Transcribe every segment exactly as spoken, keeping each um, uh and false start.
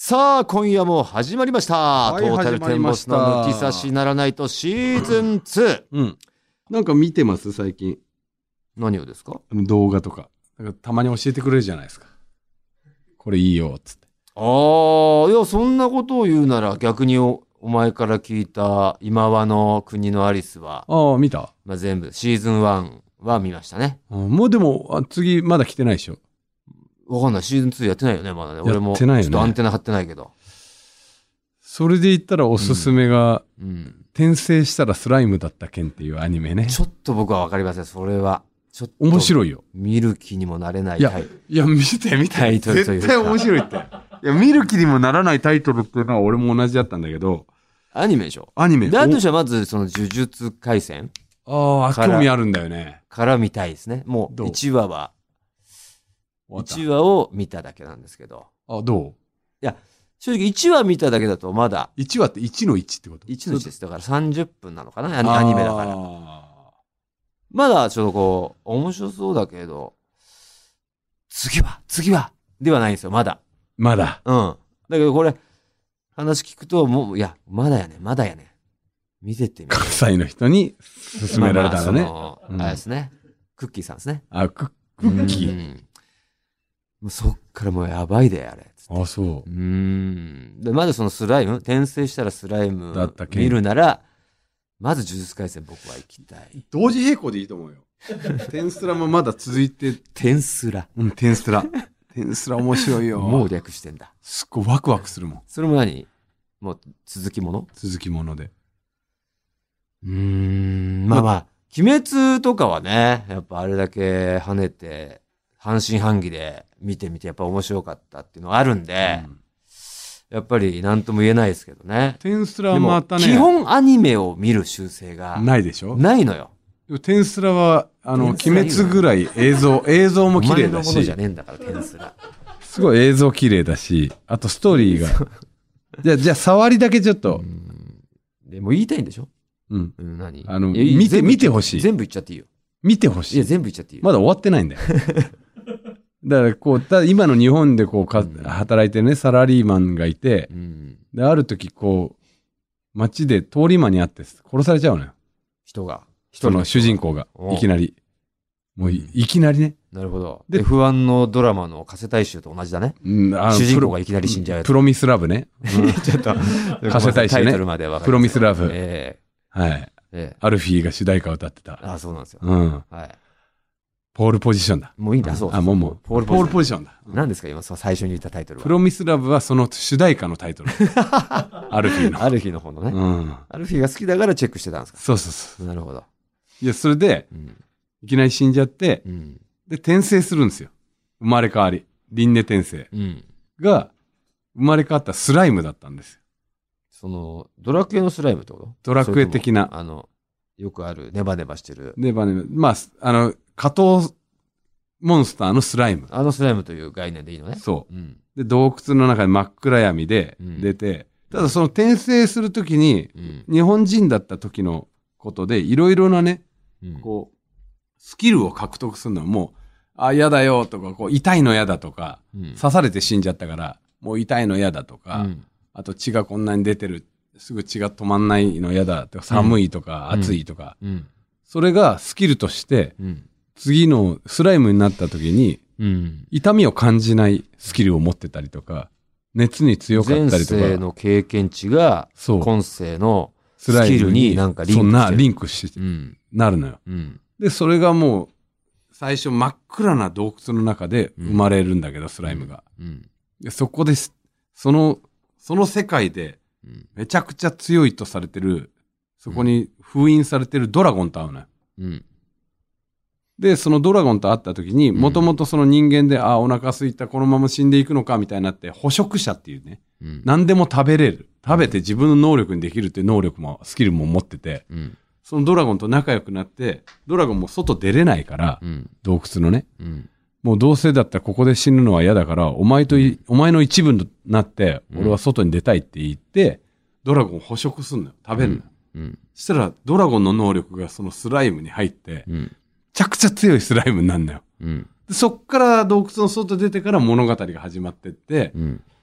さあ今夜も始まりました、 はい、 トータルテンボスの抜き差しならないとシーズンツー、 うん、なんか見てます最近。 何をですか？ 動画とかなんかたまに教えてくれるじゃないですか、これいいよっつって。 ああ、いやそんなことを言うなら逆に お, お前から聞いた今和の国のアリスは、 ああ見た、 まあ、全部シーズンワンは見ましたね。 あ、もうでもあ次まだ来てないでしょ。 わかんない、シーズンツーやってないよねまだね。俺もちょっやってないよね。 とアンテナ張ってないけど。 それで言ったらおすすめが、 うんうん、 転生したらスライムだった件っていうアニメね。 ちょっと僕はわかりません。それはちょっと面白いよ。 見る気にもなれない。 いやいや見て見て、 タイトルというか絶対面白いって。いや見る気にもならないタイトルっていうのは俺も同じだったんだけど、 アニメでしょ。 アニメだとしてはまずその呪術廻戦、 ああ興味あるんだよね。 から見たいですね。もういちわはいちわを見ただけなんですけど。 あ、どう？ いや正直いちわ見ただけだとまだいちわっていちのいちってこと？ いちのいちです。だからさんじゅっぷんなのかな、アニメだから。まだちょっとこう面白そうだけど、次は次はではないんですよまだ。 まだ。 うん。だけどこれ話聞くともういやまだやねまだやね見てってみよう。 関西の人に勧められたのね。 まあまあその、うん、あれですね。クッキーさんですね。 あ、クッキー。 うんもうそっからもうやばいであれ。 あ、そう。うーん。でまずそのスライム、転生したらスライムだった見るなら、まず呪術廻戦僕は行きたい。 同時並行でいいと思うよ。テンスラもまだ続いて。 テンスラ。 うん、テンスラ。テンスラ面白いよ。 もう略してんだ。 すっごいワクワクするもん。 それも何？もう続きもの？ 続きもので。 うーん。まあまあ、鬼滅とかはね、やっぱあれだけ跳ねて、半信半疑で見てみてやっぱ面白かったっていうのがあるんで、うん、やっぱり何とも言えないですけどね。 テンスラはまたね、 基本アニメを見る習性がないでしょ。 ないのよ。 でもテンスラはあの鬼滅ぐらい映像映像も綺麗だし、 お前のものじゃねえんだからテンスラ。 すごい映像綺麗だし、あとストーリーがじゃあじゃあ触りだけちょっと。 でも言いたいんでしょ。 うん。 うん、何？ あの見て見てほしい。 全部言っちゃっていいよ。 見てほしい。 いや全部言っちゃっていいよ。 まだ終わってないんだよ。だからこう、ただ今の日本でこうか、うん、働いてるね、サラリーマンがいて、うん、で、ある時こう、街で通り魔にあって殺されちゃうのよ。 人が。 人の主人公が、いきなり。もうい、いきなりね。 なるほど。で、エフワン のドラマの加瀬大衆と同じだね。うん、あ主人公がいきなり死んじゃうやつ。 プロミスラブね。 うん、ちょっと、 加瀬大衆ね。 タイトルまでわかる。 プロミスラブ。 ええー、はい。えー、アルフィーが主題歌を歌ってた。 ああ、そうなんですよ。 うん。はい。ポールポジションだ。 もういいんだ、そう。 あ、もうもう。ポールポジション。ポールポジションだ。 何ですか、今、最初に言ったタイトルは。 プロミスラブはその主題歌のタイトル。アルフィーの。 アルフィーの方のね。うん。アルフィーが好きだからチェックしてたんですか。 そうそうそう。 なるほど。 いや、それで、うん、いきなり死んじゃって、うん、で、転生するんですよ。生まれ変わり。輪廻転生。うん、が、生まれ変わったスライムだったんですよ。 その、ドラクエのスライムってこと？ ドラクエ的な。 あの、よくある、ネバネバしてる。 ネバネバ。まあ、あの、加藤モンスターのスライム。 あのスライムという概念でいいのね。 そう。うん、で、洞窟の中で真っ暗闇で出て、うん、ただその転生するときに、うん、日本人だった時のことで、いろいろなね、うん、こう、スキルを獲得するのはもう、あ、嫌だよとか、こう、痛いの嫌だとか、うん、刺されて死んじゃったから、もう痛いの嫌だとか、うん、あと血がこんなに出てる、すぐ血が止まんないの嫌だとか、寒いとか、うん、暑いとか、うん、それがスキルとして、うん次のスライムになった時に、うん、痛みを感じないスキルを持ってたりとか、熱に強かったりとか。 前世の経験値が、今世のスキルになんかリンクしてそんなリンクして、うん、なるのよ、うん。で、それがもう、最初真っ暗な洞窟の中で生まれるんだけど、うん、スライムが、うん。で。そこです。その、その世界で、めちゃくちゃ強いとされてる、そこに封印されてるドラゴンと会うのよ。うんで、そのドラゴンと会った時に、もともとその人間で、あ、お腹空いた、このまま死んでいくのか、みたいになって、捕食者っていうね、うん、何でも食べれる。食べて自分の能力にできるっていう能力も、スキルも持ってて、うん、そのドラゴンと仲良くなって、ドラゴンも外出れないから、うん、洞窟のね、うん、もうどうせだったらここで死ぬのは嫌だから、お前とい、お前の一部になって、俺は外に出たいって言って、ドラゴンを捕食すんのよ。食べるのよ。うんうん、そしたら、ドラゴンの能力がそのスライムに入って、うんめちゃくちゃ強いスライムになるんだよ、うん、でそっから洞窟の外出てから物語が始まってって、うん、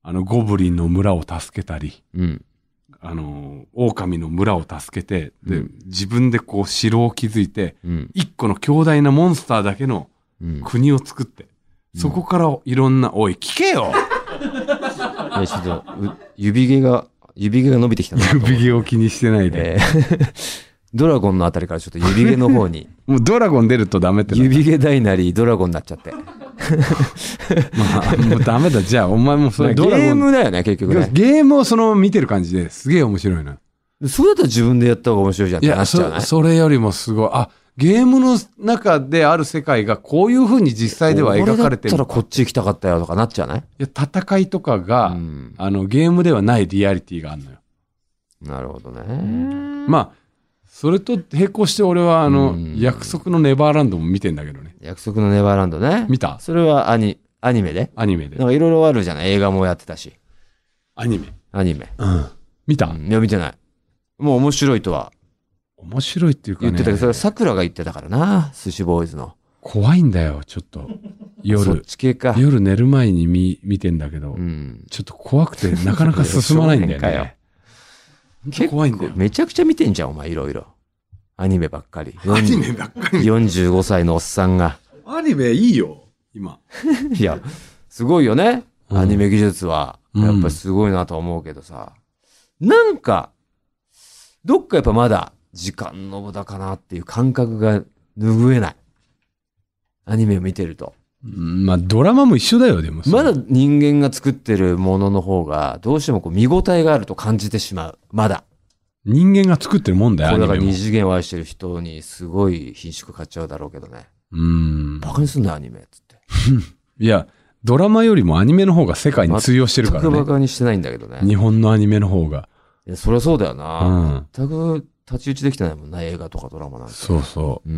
あの、ゴブリンの村を助けたり、 うん。 あの、狼の村を助けて、で、 うん、 自分でこう城を築いて、 うん、 一個の強大なモンスターだけの国を作って、うん、そこからいろんな、おい、聞けよいや、ちょっと、指毛が、指毛が伸びてきたな。 指毛を気にしてないで。 えードラゴンのあたりからちょっと指毛の方に。 もうドラゴン出るとダメって。 指毛大なりドラゴンになっちゃって。まあ、もうダメだ。じゃあ、お前もそれドラゴン。ゲームだよね、結局ね。 ゲームをその見てる感じですげえ面白いな。 そうだったら自分でやった方が面白いじゃんって話じゃない？いや、 そ、それよりもすごい。あ、ゲームの中である世界がこういう風に実際では描かれてる。 だったらこっち行きたかったよとかなっちゃうね。 いや、戦いとかが、うん、あの、ゲームではないリアリティがあるのよ。 なるほどね。 まあ、それと並行して俺はあの、約束のネバーランドも見てんだけどね。 約束のネバーランドね。 見た？ それはアニ、アニメで？ アニメで。 なんかいろいろあるじゃない？映画もやってたし。 アニメ。 アニメ。 うん。見た？ うん、いや、見てない。もう面白いとは。 面白いっていうかね。 言ってたけど、それは桜が言ってたからな。寿司ボーイズの。 怖いんだよ、ちょっと。夜。 そっち系か。 夜寝る前に見、見てんだけど、うん、ちょっと怖くてなかなか進まないんだよね。 結構怖いんだよ。めちゃくちゃ見てんじゃん、お前いろいろ。アニメばっかり。 アニメばっかり。 よんじゅうごさいのおっさんが。 アニメいいよ、今。 いや、すごいよね。アニメ技術は。やっぱりすごいなと思うけどさ。うん、なんか、どっかやっぱまだ時間の無駄かなっていう感覚が拭えない。アニメを見てると。 まあドラマも一緒だよ、でも。 まだ人間が作ってるものの方が、どうしてもこう見応えがあると感じてしまう。まだ。 人間が作ってるもんだよ、 これだから二次元を愛してる人にすごい品種買っちゃうだろうけどね。 うん。 バカにすんな、アニメ。つって。 いや、ドラマよりもアニメの方が世界に通用してるからね。 全くバカにしてないんだけどね。 日本のアニメの方が。 いや、そりゃそうだよな。うん。全く太刀打ちできてないもんな、映画とかドラマなんて。 そうそう。 うん。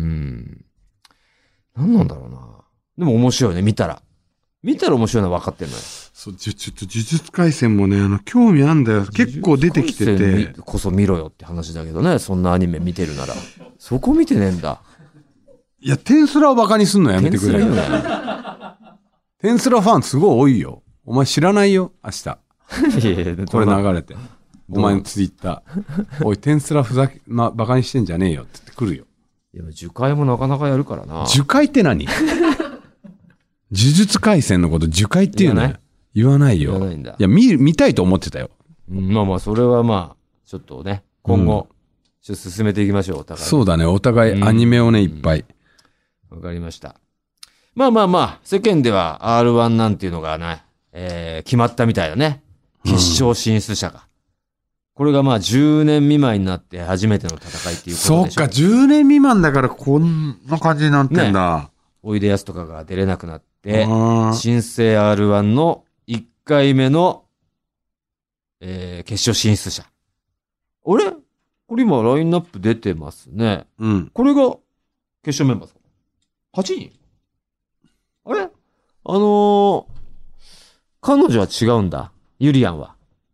何なんだろうな。でも面白いね、見たら。見たら面白いのは分かってんのよ。 そう、ちょ、ちょっと呪術廻戦もね、あの、興味あんだよ。結構出てきてて。 こそ見ろよって話だけどね、そんなアニメ見てるなら。そこ見てねえんだ。 いや、テンスラをバカにすんのやめてくれよ。テンスラ言うなよ。テンスラファンすごい多いよ。お前知らないよ、明日。いやいやこれ流れて。お前のツイッター。おい、テンスラふざけ、ま、バカにしてんじゃねえよって言ってくるよ。 いや、樹海もなかなかやるからな。 樹海って何呪術廻戦のこと樹海っていうのは言わないよ。 言わないんだ。 いや、見、見たいと思ってたよ。 うん、まあまあ、それはまあ、ちょっとね、今後、ちょっと進めていきましょう、お互い。 そうだね、お互いアニメをね、いっぱい。 わかりました。まあまあまあ、世間では アールワン なんていうのがね、えー、決まったみたいだね。決勝進出者が。うん、これがまあじゅうねん未満になって初めての戦いっていうことでしょ。 そっか、じゅうねん未満だからこんな感じになってんだ。 ね、おいでやすとかが出れなくなって、新生 アールワン のいっかいめの、えー、決勝進出者。あれこれ今ラインナップ出てますね。 うん。 これが決勝メンバーですか ?はち 人あれあのー、彼女は違うんだ。ユリアンは。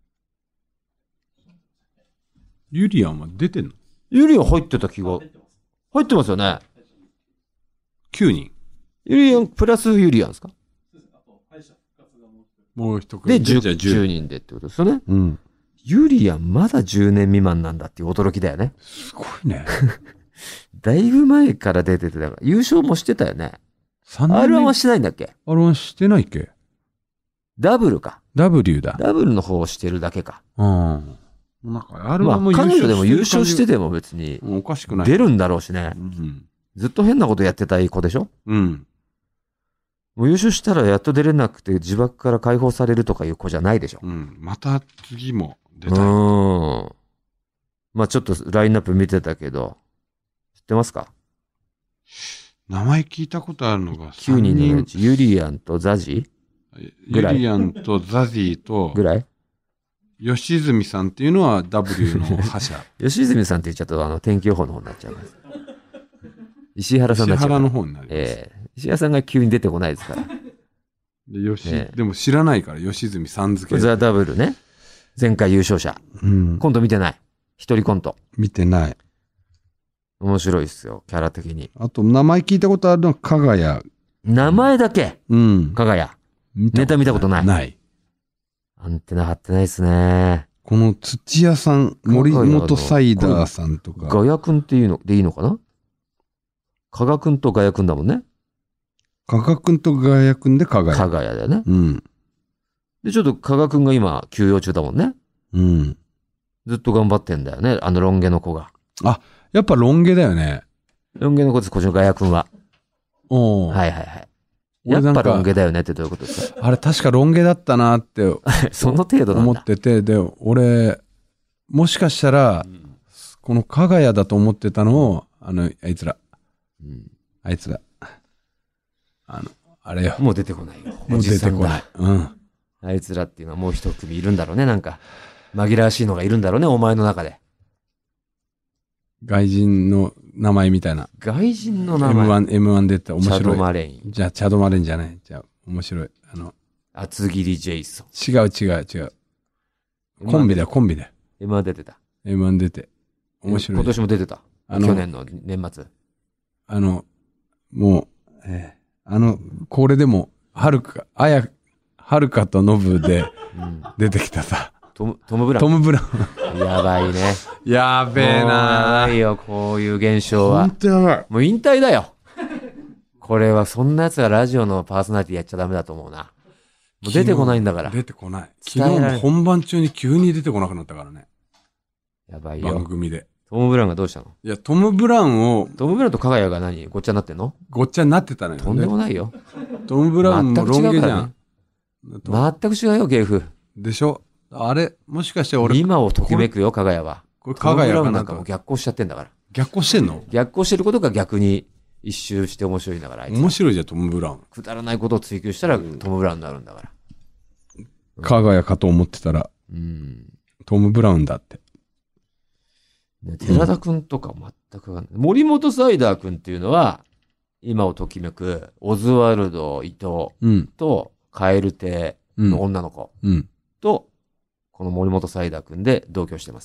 ユリアンは出てんの？ ユリアン入ってた気が。入ってますよね。 きゅうにん。 ユリアン、プラスユリアンですか？ もう一組。 で、じゅう、じゅうにんでってことですよね。 うん。 ユリアンまだじゅうねん未満なんだっていう驚きだよね。 すごいね。 だいぶ前から出てて、だから優勝もしてたよね。 さんねんめアールワン はしてないんだっけ？ アールワン してないっけ？ ダブルか。 ダブリュー だ。 ダブルの方をしてるだけか。 うん。なんか アールワン も優勝して、まあ、彼女でも優勝してても別に。 おかしくない。 出るんだろうしね。 うん。 ずっと変なことやってたい子でしょ？ うん。 もう優勝したらやっと出れなくて自爆から解放されるとかいう子じゃないでしょ？ うん。また次も出たい。 うん。まあちょっとラインナップ見てたけど、知ってますか？ 名前聞いたことあるのがきゅうにんのうちユリアンとザジユリアンとザジーと、 ぐらい吉住さんっていうのは ダブリュー の覇者。 吉住さんって言っちゃうと、あの、天気予報の方になっちゃいます。石原さんになっちゃう。 石原の方になります。 ええー、石原さんが急に出てこないですから。 で、吉、えー、でも知らないから、吉住さん付け。 ザ・ダブルね。前回優勝者。 うん。 コント見てない。一人コント。 見てない。 面白いっすよ、キャラ的に。 あと、名前聞いたことあるのは、かがや。 名前だけ。 うん。 かがや。ネタ見たことない。 ない。 アンテナ張ってないですね。 この土屋さん、森本サイダーさんとか。 ガヤ君っていうのでいいのかな？加賀君とガヤ君だもんね。 加賀君とガヤ君で加賀加賀屋だよね。 うん。 で、ちょっと加賀君が今休養中だもんね。 うん。 ずっと頑張ってんだよね。あのロン毛の子が。 あ、やっぱロン毛だよね。 ロン毛の子です、こっちのガヤ君は。 おはいはいはい。やっぱロン毛だよねってどういうことですか？ あれ確かロン毛だったなってその程度なんだ思ってて、で、俺、もしかしたら、うん、この加賀屋だと思ってたのを、あの、あいつら、うん、あいつら、あの、あれよ。 もう出てこないよ。 もう出てこない。うん。 あいつらっていうのはもう一組いるんだろうね、なんか。紛らわしいのがいるんだろうね、お前の中で。 外人の名前みたいな。 外人の名前エムワン、エムワン 出て面白い。 チャドマレイン。 じゃあ、チャドマレインじゃない。じゃあ、面白い。あの、 厚切りジェイソン。 違う違う違う。コンビだよ、コンビだよ。 エムワン 出てた。 エムワン 出て。面白い。 今年も出てた。あの去年の年末。 あの、もう、えー、あの、これでも、はるか、あや、はるかとノブで出てきたさ。 うんトム、トム・ブラウン。 トム・ブラウン。やばいね。 やべえな。 やばいよ、こういう現象は。 本当やばい。 もう引退だよ。これはそんな奴がラジオのパーソナリティやっちゃダメだと思うな。もう出てこないんだから。 出てこない。昨日も本番中に急に出てこなくなったからね。 やばいよ。 番組で。 トム・ブラウンがどうしたの？ いや、トム・ブラウンを。 トム・ブラウンと加賀谷が何ごっちゃになってんの？ ごっちゃになってたのよ。 とんでもないよ。 トム・ブラウンもロン毛じゃん。 全く違うよ、芸風。 でしょ？あれもしかして俺。 今をときめくよ、加賀谷は。 これ加賀谷かなんかもう逆行しちゃってんだから。 逆行してんの？ 逆行してることが逆に一周して面白いんだから。 面白いじゃん、トム・ブラウン。 くだらないことを追求したら、トム・ブラウンになるんだから。 加賀谷かと思ってたら、うん、トム・ブラウンだって。 ね、寺田くんとか全くわかんない。森本サイダーくんっていうのは、今をときめく、オズワルド伊藤と、カエル亭の女の子と、この森本サイダーくんで同居してます。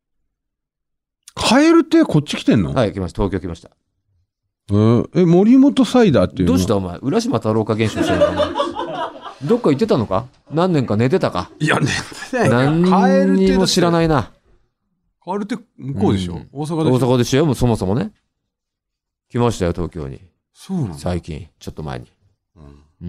カエル亭こっち来てんの？ はい、来ました。東京来ました。 えー、え、森本サイダーっていうの？ どうしたお前、浦島太郎化現象してるのかなどっか行ってたのか？何年か寝てたか？ いや、寝てない。 何にも知らないな。 カエル亭向こうでしょ、うん、大阪でしょ？ 大阪でしょもうそもそもね。来ましたよ、東京に。 そうなの？ 最近、ちょっと前に。うん。うん。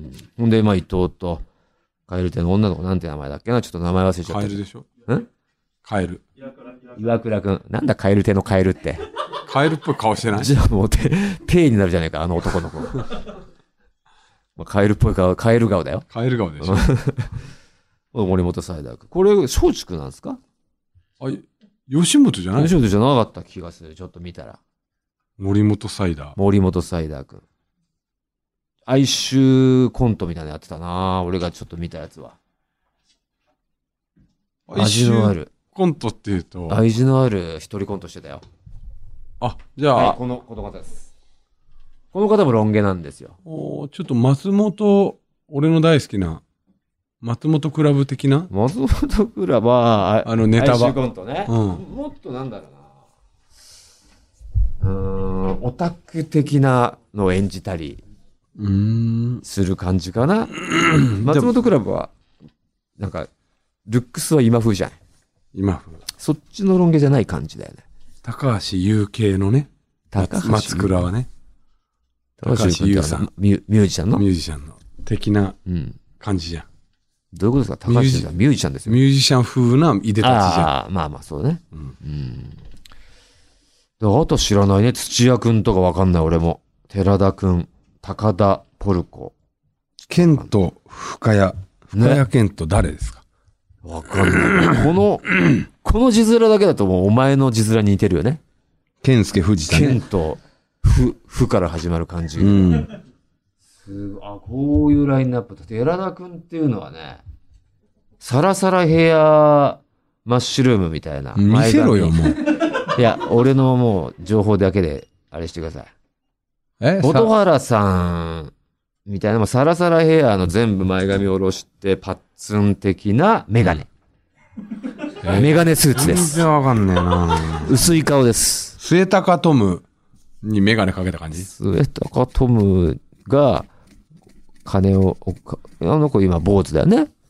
ほんで、まあ、伊藤と、カエル亭の女の子なんて名前だっけなちょっと名前忘れちゃった。 カエルでしょ？ ん？ カエル。 岩倉くん。なんだカエル亭のカエルって。 カエルっぽい顔してない？ じゃあもうペ、ペイになるじゃないか、あの男の子。まあ、カエルっぽい顔、カエル顔だよ。 カエル顔でしょ。 森本サイダーくん。これ、松竹なんですか？ あ、吉本じゃない？ 吉本じゃなかった気がする。ちょっと見たら。 森本サイダー。 森本サイダーくん。哀愁コントみたいなのやってたな俺がちょっと見たやつは。味のある。 コントって言うと。 味のある一人コントしてたよ。 あ、じゃあ。 はい、この、この方です。この方もロン毛なんですよ。 おちょっと松本、俺の大好きな、松本クラブ的な松本クラブは、 あのネタは。 哀愁コントね。うん。もっとなんだろうな。うーん、オタク的なのを演じたり。うーん。する感じかな。松本クラブは、なんか、ルックスは今風じゃん。 今風。 そっちのロン毛じゃない感じだよね。 高橋優系のね。高橋松倉はね。 高橋優さん。ミュージシャンのミュージシャンの。的な感じじゃん。 どういうことですか？高橋さんミュージシャンですよ。 ミュージシャン風ないでたちじゃん。 ああ、まあまあそうね。うん。うん、あと知らないね。土屋くんとかわかんない俺も。寺田くん、高田ポルコ。 ケント深谷。深谷ケント誰ですか？ わかんない。この、この字面だけだともうお前の字面に似てるよね。 健介藤田ね。 ケント、ふ、ふから始まる感じ。うん。すごい。あ、こういうラインナップ。寺田くんっていうのはね、サラサラヘアマッシュルームみたいな。 見せろよ、もう。 いや、俺のもう情報だけで、あれしてください。 え本原さん、みたいな、サラサラヘアの全部前髪を下ろして、パッツン的なメガネ。メガネスーツです。 全然わかんねえな薄い顔です。 末高トムにメガネかけた感じ？ 末高トムが、金を、あの子今坊主だよね。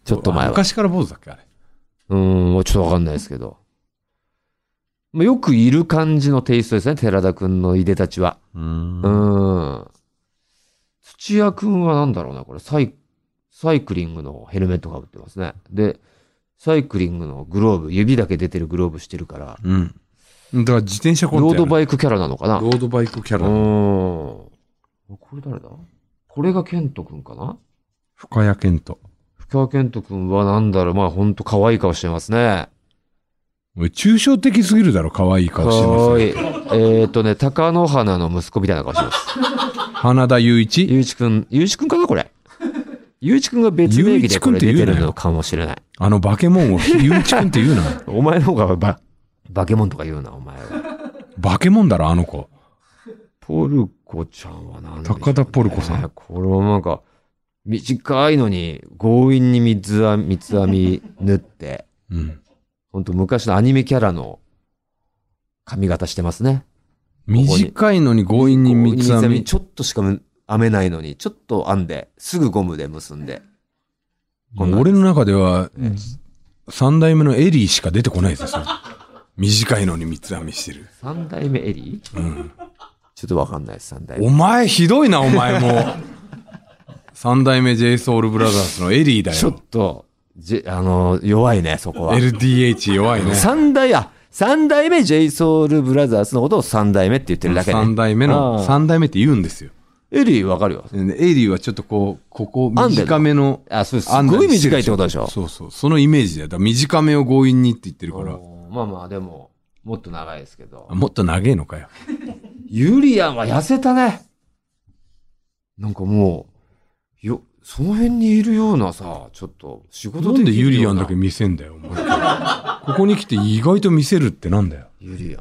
ちょっと前は。 昔から坊主だっけあれ。 うーん、ちょっとわかんないですけど。まあ、よくいる感じのテイストですね、寺田くんのいでたちは。 うーん。 うーん。土屋くんはなんだろうな、これ、サイ、サイクリングのヘルメットかぶってますね。で、サイクリングのグローブ、指だけ出てるグローブしてるから。 うん。だから自転車コンテロードバイクキャラなのかな。 ロードバイクキャラ。 うーん。これ誰だこれがケントくんかな。 深谷健人。 深谷健人くんはなんだろう、まあほんと可愛い顔してますね。 おい、抽象的すぎるだろ、可愛い顔してますよ。 可愛い。えっとね、高野花の息子みたいな顔してます。 花田雄一ゆういちくん、ゆういちくんかなこれ。ゆういちくんが別名義でこれ出てるのかもしれない。 あのバケモンを雄一くんって言うな。 お前の方がバ、バケモンとか言うな、お前は。 バケモンだろ、あの子。 ポルコちゃんは何でしょうね、 高田ポルコさん。 これはなんか、短いのに強引に三つ編み、三つ編み縫って、 うん。 ほんと昔のアニメキャラの髪型してますね。 短いのに強引に三つ編み。 ちょっとしか編めないのに、ちょっと編んで、すぐゴムで結んで。 俺の中では、三代目のエリーしか出てこないですよ。短いのに三つ編みしてる。 三代目エリー？うん。ちょっとわかんないです、三代目。 お前ひどいな、お前も。三代目 j ソ o ルブラザーズのエリーだよ。 ちょっと、じあの、弱いね、そこは。 エルディーエイチ 弱いね。 三代、あ、三代目 j ソ o ルブラザーズのことを三代目って言ってるだけね。 三代目の、三代目って言うんですよ。 エリーわかるよ。 エリーはちょっとこう、ここ短めの。 あ、そうです。すごい短いってことでしょ。 そうそう。そのイメージだよ。だから短めを強引にって言ってるから。 まあまあ、でも、もっと長いですけど。 もっと長いのかよ。 ユリアンは痩せたね。なんかもう、よ、その辺にいるようなさ、ちょっと仕事できるような。 なんでユリアンだけ見せんだよ、お前。ここに来て意外と見せるってなんだよ。 ユリアン。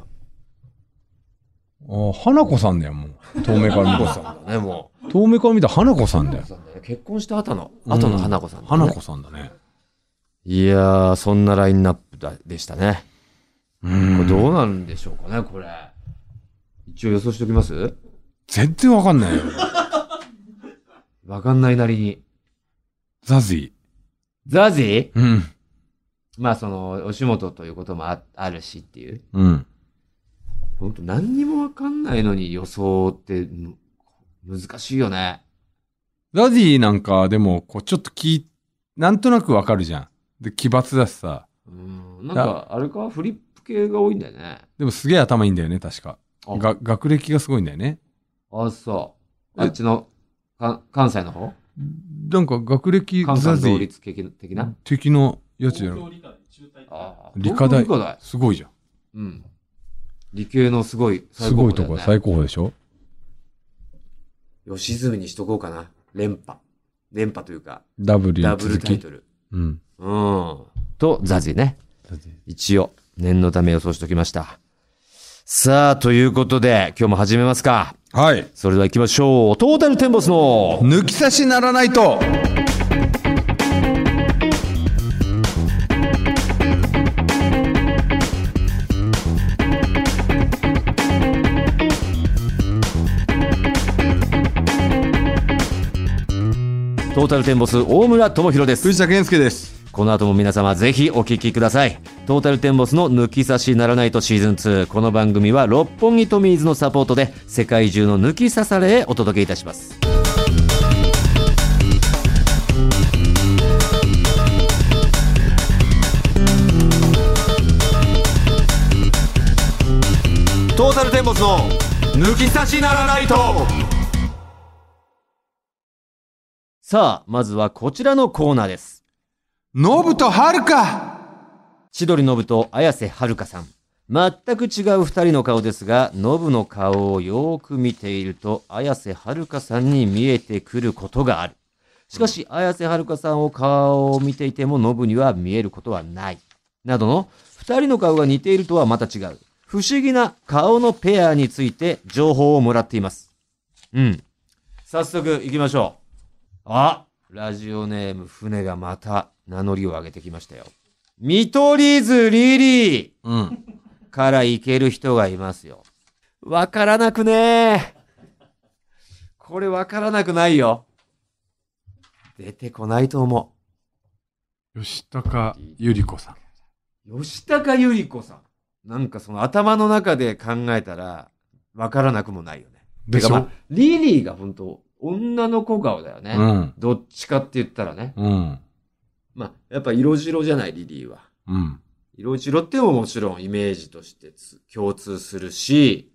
ああ、花子さんだよ、もう。遠目から見たら。ね、もう。遠目から見た花子さんだよ。 結婚した後の、後の花子さん、 ね、花子さんだね。 いやー、そんなラインナップだでしたね。うん。これどうなるんでしょうかね、これ。一応予想しておきます？ 全然わかんないよ。 わかんないなりに。 ザジー。 ザジー？うん。 まあその、お仕事ということも あ, あるしっていう。 うん。 ほんと何にもわかんないのに予想って難しいよね。 ザジーなんかでも、こうちょっとき、なんとなくわかるじゃん。で、奇抜だしさ。 うん。なんか、あれか、フリップ系が多いんだよね。 でもすげえ頭いいんだよね、確か。が、学歴がすごいんだよね。 あ、そう。あっちの、か関西の方？ なんか学歴関西同率的な的なやつやろ。 ああ、 理科大。 理科大。 すごいじゃん。 うん。理系のすごい最高峰、ね。すごいとこ最高峰でしょ？ 吉住にしとこうかな。連覇。連覇というか。 ダブルダブルタイトル。 うん。 うん。と、ザジね。ザジ。一応、念のため予想しときました。さあ、ということで、今日も始めますか。 はい。 それでは行きましょう。トータルテンボスの抜き差しならないと。 トータルテンボス大村智弘です。 藤田健介です。 この後も皆様ぜひお聞きください。トータルテンボスの抜き差しならないとシーズンツー。この番組は六本木トミーズのサポートで世界中の抜き差されへお届けいたします。トータルテンボスの抜き差しならないと。さあ、まずはこちらのコーナーです。 ノブとはるか。 千鳥ノブと綾瀬はるかさん。全く違う二人の顔ですが、ノブの顔をよーく見ていると、綾瀬はるかさんに見えてくることがある。しかし、綾瀬はるかさんを顔を見ていても、ノブには見えることはない。などの、二人の顔が似ているとはまた違う。不思議な顔のペアについて情報をもらっています。うん。早速行きましょう。あ、ラジオネーム船がまた名乗りを上げてきましたよ。見取り図リリー、 うん、 からいける人がいますよ。わからなくねー。これわからなくないよ。出てこないと思吉高由里子さん。吉高由里子さん。なんかその頭の中で考えたら、わからなくもないよね。 でしょ、 まあ、リリーが本当女の子顔だよね。 うん。 どっちかって言ったらね。 うん。 まあ、やっぱ色白じゃない、リリーは。 うん。 色白ってももちろんイメージとして共通するし、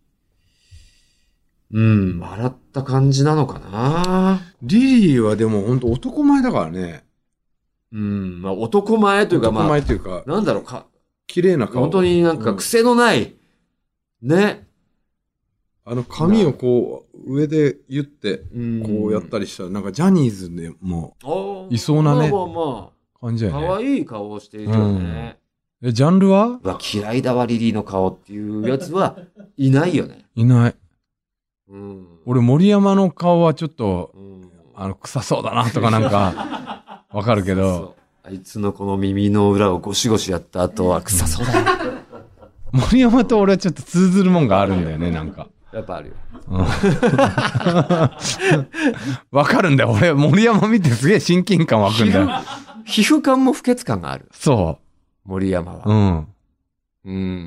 うん、笑った感じなのかな。 リリーはでも本当男前だからね。 うん、まあ男前というか、まあ、 男前というか、 なんだろうか、 綺麗な顔。 本当になんか癖のない、うん、ね。 あの髪をこう上で言って、こうやったりしたら、なんかジャニーズでもいそうなね、 まあまあまあ、 感じやね。 可愛い顔をしているよね。 うん、え、ジャンルは？ うわ、嫌いだわ、リリーの顔っていうやつはいないよね。 いない。 うん、 俺、森山の顔はちょっと、 うん、 あの、臭そうだなとかなんか、わかるけどそうそう。 あいつのこの耳の裏をゴシゴシやった後は臭そうだよ。 森山と俺はちょっと通ずるもんがあるんだよね、なんか。 やっぱあるよ。 わかるんだよ。俺、森山見てすげえ親近感湧くんだよ。 皮膚感も不潔感がある。 そう。 森山は。 うん。うん。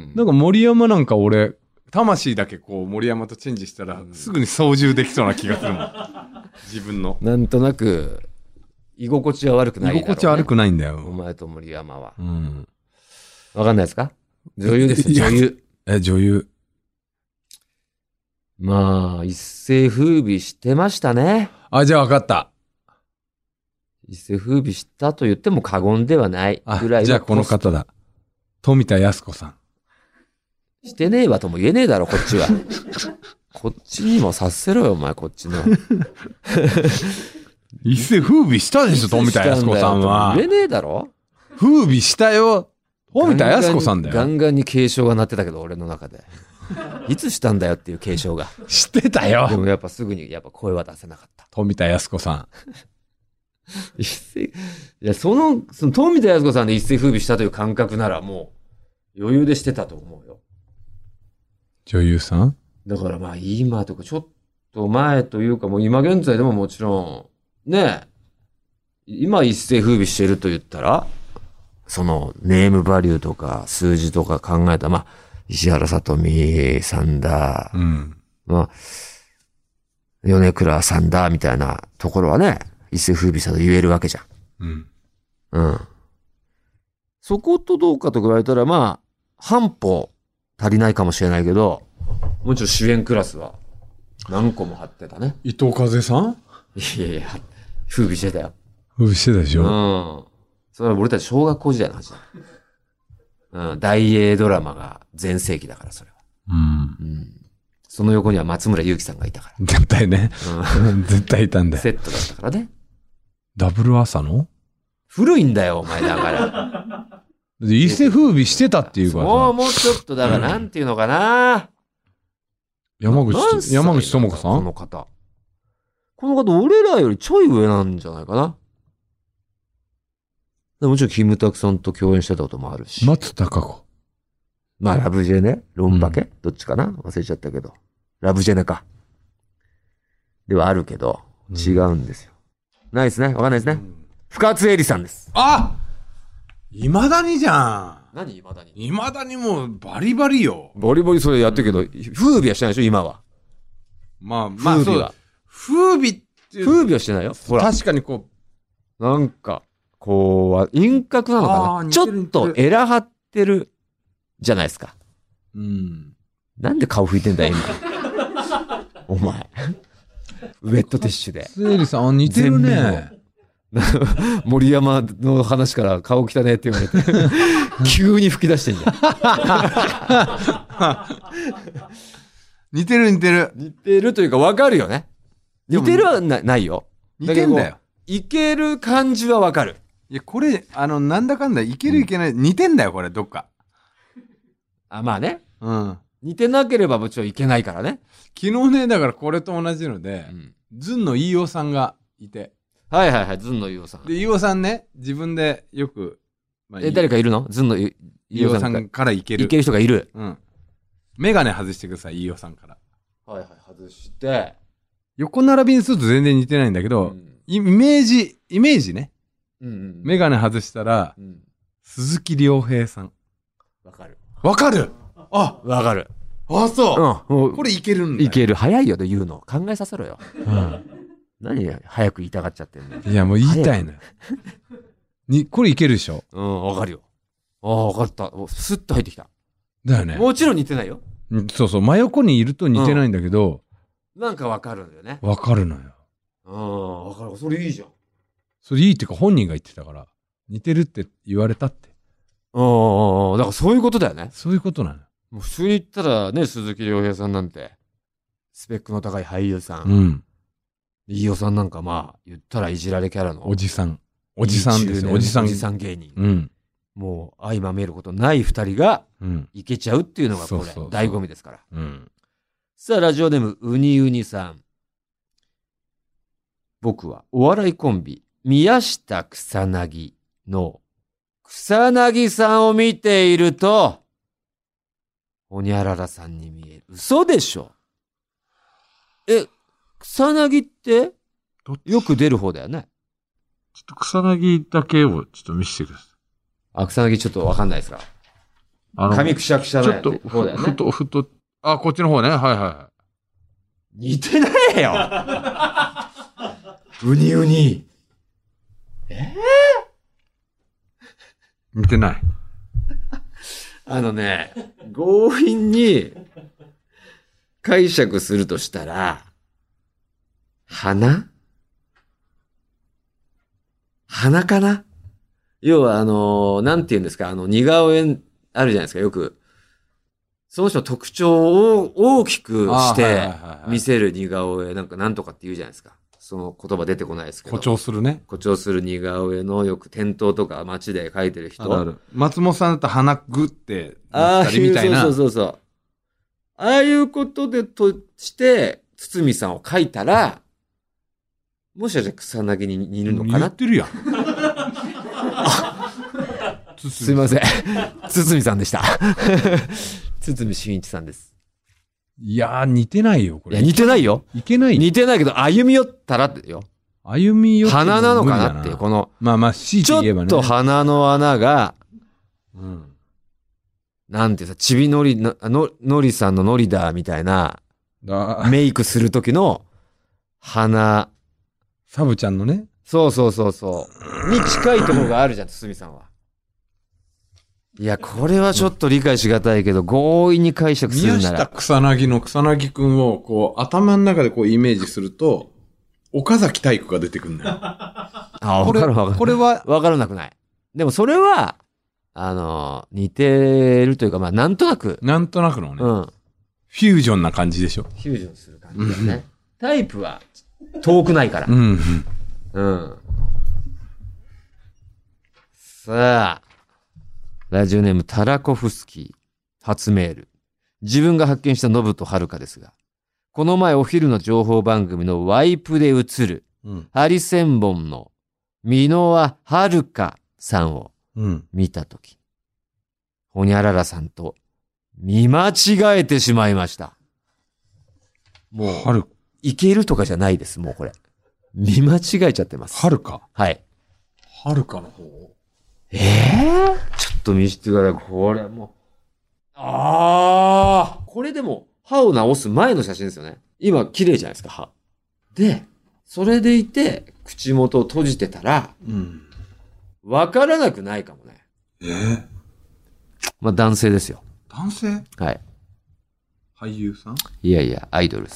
なんか森山なんか俺、魂だけこう森山とチェンジしたら、うん、すぐに操縦できそうな気がするもん。自分の。 なんとなく、居心地は悪くないだろう、ね。 居心地は悪くないんだよ。 お前と森山は。 うん。 わかんないですか？女優ですよ、女優。 え、女優。 まあ、一世風靡してましたね。 あ、じゃあ分かった。 一世風靡したと言っても過言ではないぐらいの。 じゃあこの方だ。富田靖子さん。 してねえわとも言えねえだろ、こっちは。こっちにも察せろよ、お前、こっちの。 一世風靡したでしょ、富田靖子さんは。 言えねえだろ？ 風靡したよ。富田靖子さんだよ。 ガンガンに警鐘が鳴ってたけど、俺の中で。いつしたんだよっていう警鐘が。 知ってたよ。 でもやっぱすぐにやっぱ声は出せなかった。 富田靖子さん。 一世、いや、その、その富田靖子さんで一世風靡したという感覚ならもう余裕でしてたと思うよ。 女優さん？ だからまあ今とかちょっと前というかもう今現在でももちろん、ねえ、今一世風靡していると言ったら、そのネームバリューとか数字とか考えた、まあ、石原さとみさんだ、 うん、 まあ、米倉さんだみたいなところはね、一世風靡したと言えるわけじゃん。 うん。 うん。そことどうかと言われたら、まあ、半歩足りないかもしれないけど、もちろん主演クラスは何個も張ってたね。 伊藤風さん？ いやいや、風靡してたよ。 風靡してたでしょ。 うん。それは俺たち小学校時代の話だ。うん。大英ドラマが全盛期だから、それは。 うん。 うん。その横には松村雄樹さんがいたから。 絶対ね。うん。絶対いたんだよ。 セットだったからね。 ダブル朝の？ 古いんだよ、お前だから。 一世風靡してたっていうからさ。 もう、もうちょっと、だからなんていうのかな。 山口、山口智子さん？ この方。この方、俺らよりちょい上なんじゃないかな。もちろん、キムタクさんと共演してたこともあるし。 松たか子。 まあ、ラブジェネロンバケ、うん、どっちかな忘れちゃったけど。ラブジェネか。ではあるけど、違うんですよ。うん、ないですね。わかんないですね。うん、深津絵里さんです。 あ！未だにじゃん。 何未だに？ 未だにもうバリバリよ。 バリバリそれやってるけど、うん、風靡はしてないでしょ今は。 まあ、まあ、 風靡は。 風靡っていう。 風靡はしてないよ。 ほら。確かにこう。なんか、こう、輪郭なのかなちょっとエラ張ってるじゃないですか。 うん。 なんで顔拭いてんだよ、今。お前。ウェットティッシュで。 セイリさん、似てるね。 森山の話から顔汚ねって言われて急に吹き出してんじゃん。似てる似てる似てるというか分かるよね。似てるは な, ないよ。 似てんだよ。 いける感じは分かる。 いやこれあのなんだかんだいけるいけない、うん、似てんだよこれどっか。 あまあね。 うん。 似てなければもちろんいけないからね。 昨日ねだからこれと同じので、うん、ずんの飯尾さんがいて。 はいはいはい、ずんの飯尾さん。 で、飯尾さんね、自分でよく、 まあ、え、誰かいるの？ずんの飯尾さんからいける。 いける人がいる。 うん。メガネ外してください、飯尾さんから。 はいはい、外して。 横並びにすると全然似てないんだけど、うん、イメージ、イメージね。 うんうん、 メガネ外したら、うん、鈴木亮平さん。 わかる。 わかるあ、 わかる。 あ、そう。 うん。 これいけるんだ。 いける。早いよと言うの。考えさせろよ。うん。何早く言いたがっちゃってんの。 いや、もう言いたいのよ。に、これいけるでしょ。 うん、わかるよ。ああ、わかった。スッと入ってきた。 だよね。 もちろん似てないよ。 そうそう。真横にいると似てないんだけど。 うん、なんかわかるんだよね。 わかるのよ。 うん、わかる。それいいじゃん。 それいいっていうか本人が言ってたから。似てるって言われたって。 うん、だからそういうことだよね。 そういうことなの。 もう普通に言ったらね、鈴木亮平さんなんて、スペックの高い俳優さん。 うん。 飯尾さんなんかまあ、言ったらいじられキャラの。 おじさん。おじさんですよ。おじさん。 おじさん芸人。 うん。 もう、相まみえることない二人が、いけちゃうっていうのがこれ、 そうそうそう醍醐味ですから。 うん。 さあ、ラジオネーム、うにうにさん。僕は、お笑いコンビ、宮下草薙の、草薙さんを見ていると、ほにゃららさんに見える。嘘でしょ？え、草薙って、よく出る方だよね。 ちょっと草薙だけをちょっと見せてください。 あ、草薙ちょっとわかんないですか？あの、髪くしゃくしゃのやつ。 ちょっと、ふ、ふと、ふと、あ、こっちの方ね。はいはいはい。 似てないようにうに。えー、似てない。 あのね、強引に解釈するとしたら、鼻鼻かな？要はあの、なんて言うんですか、あの、似顔絵あるじゃないですか、よく。その人の特徴を大きくして見せる似顔絵、なんかなんとかって言うじゃないですか。その言葉出てこないですけど。 誇張するね。 誇張する似顔絵のよく店頭とか街で描いてる人。 ある。松本さんだったら鼻グってなったりみたいな。 ああ、そうそうそうそう。ああいうことでとして、堤さんを描いたら、もしかしたら草薙に似るのかな？ 言ってるやん。 すいません。堤さんでした。堤真一さんです。 いやー、似てないよ、これ。 いや、似てないよ。 いけない。 似てないけど、歩み寄ったらってよ。 歩み寄ったら。 鼻なのかなっていう、この。 まあまあ、強いて言えばね。 ちょっと鼻の穴が、 うん。 なんてさ、ちびのり、の、のりさんののりだ、みたいな、メイクするときの、鼻。 サブちゃんのね。 そうそうそうそう。に近いところがあるじゃん、堤さんは。いや、これはちょっと理解しがたいけど、強引に解釈するなら。 宮下草薙の草薙くんを、こう、頭の中でこうイメージすると、岡崎体育が出てくるんだよ。 あ、わかるわかる。 これは、 わからなくない。でもそれは、あの、似てるというか、まあ、なんとなく。 なんとなくのね。 うん。 フュージョンな感じでしょ。 フュージョンする感じだよね。うん、タイプは、遠くないから。 うん。 うん。さあ、ラジオネームタラコフスキー、初メール。自分が発見したノブとハルカですが、この前お昼の情報番組のワイプで映る、うん、ハリセンボンの箕輪はるかさんを見たとき、うん、ホニャララさんと見間違えてしまいました。もう、 はるいけるとかじゃないです、もうこれ。見間違えちゃってます。 はるかはい。 はるかの方ええー、ちょっと見せてください。これもう。ああ、これでも歯を直す前の写真ですよね。今綺麗じゃないですか、歯。で、それでいて口元を閉じてたら、うん。わからなくないかもね。 えー、 まあ男性ですよ。 男性？ はい。 俳優さん？ いやいや、アイドルです。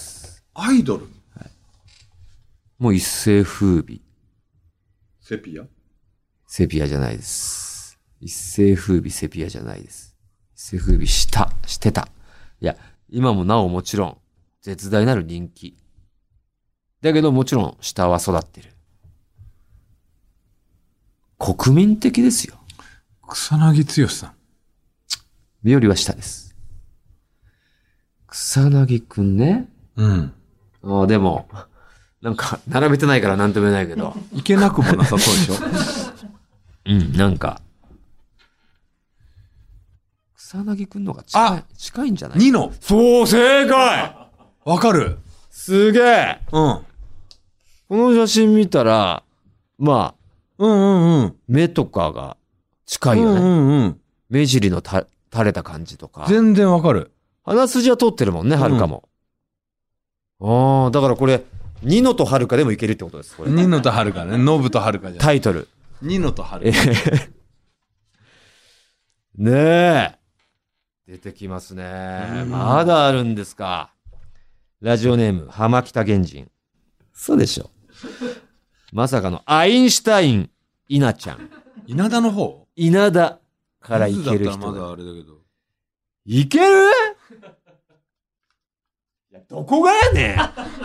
アイドル？ はい。もう一世風靡。 セピア？ セピアじゃないです。一世風靡セピアじゃないです。一世風靡した、してた。いや、今もなおもちろん、絶大なる人気。だけどもちろん、下は育ってる。国民的ですよ。 草薙剛さん。 よりは下です。草薙くんね。 うん。 ああ、でも、なんか、並べてないからなんとも言えないけど。 いけなくもなさそうでしょうん、なんか、草薙くんのが近い、近いんじゃない？ ニノ。 そう、正解！ わかる。 すげえ。 うん。 この写真見たら、まあ、 うんうんうん。 目とかが近いよね。 うんうんうん。 目尻のた垂れた感じとか。 全然わかる。 鼻筋は通ってるもんね、はるかも。うん、ああ、だからこれ、ニノとはるかでもいけるってことです、これ。 ニノとはるかね。ノブとはるかじゃん。 タイトル。 ニノとはるか。 ねえ。出てきますね。まだあるんですか。ラジオネーム、浜北原人。そうでしょ。まさかのアインシュタイン、稲ちゃん。 稲田の方稲田からいける人。 だったらまだあれだけど。 いける？いや、どこがやねん。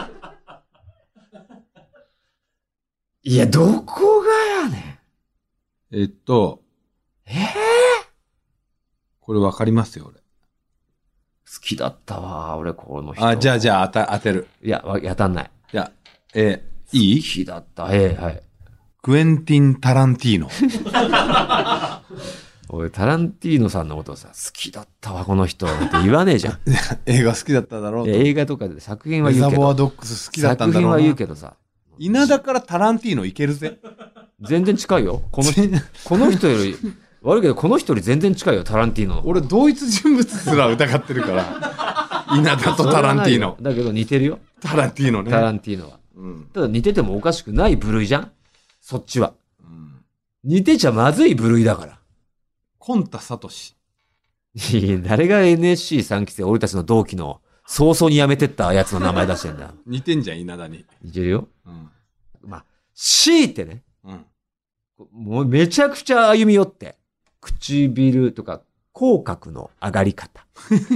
いや、どこがやねん。えっと。 えぇ、ー、 これわかりますよ、俺。 好きだったわ、俺、この人。 あ、じゃあ、じゃあ、当た、当てる。 いや、やたんない。 いや、えー、いい？ 好きだった。ええー、はい。 クエンティン・タランティーノ。 俺、タランティーノさんのことをさ、好きだったわ、この人。って言わねえじゃん。 映画好きだっただろう。 映画とかで作品は言うけど。 レザボアドッグス好きだったんだろうな。 作品は言うけどさ。 稲田からタランティーノいけるぜ。 全然近いよ。この人、この人より、悪いけど、この人より全然近いよ、タランティーノの。 俺、同一人物すら疑ってるから。稲田とタランティーノ。 だけど似てるよ。 タランティーノね。 タランティーノは。うん、ただ似ててもおかしくない部類じゃん、そっちは。うん、似てちゃまずい部類だから。 コンタサトシ。 いや、誰が エヌエスシーさん 期生、俺たちの同期の早々に辞めてったやつの名前出してんだ。 似てんじゃん、稲田に。 似てるよ。うん、まあ、強いてね。うん、もうめちゃくちゃ歩み寄って、唇とか、口角の上がり方。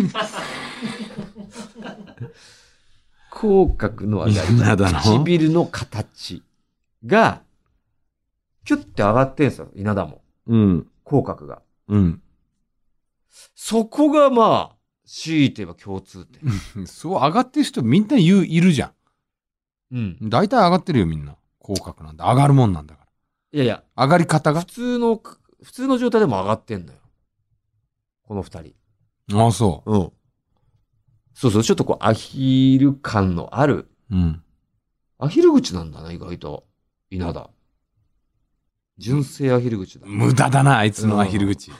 口角の上がり方。唇の形が、キュッて上がってんすよ、稲田も。うん。口角が。うん。そこがまあ、強いて言えば共通点。 そう上がってる人みんな言う、いるじゃん。うん。大体上がってるよ、みんな。口角なんだ。上がるもんなんだから。 いやいや。 上がり方が普通の、普通の状態でも上がってんのよ。この二人。 ああ、そう。 うん。そうそう、ちょっとこう、アヒル感のある。うん。アヒル口なんだな、意外と。稲田。純正アヒル口だ。 無駄だな、あいつのアヒル口。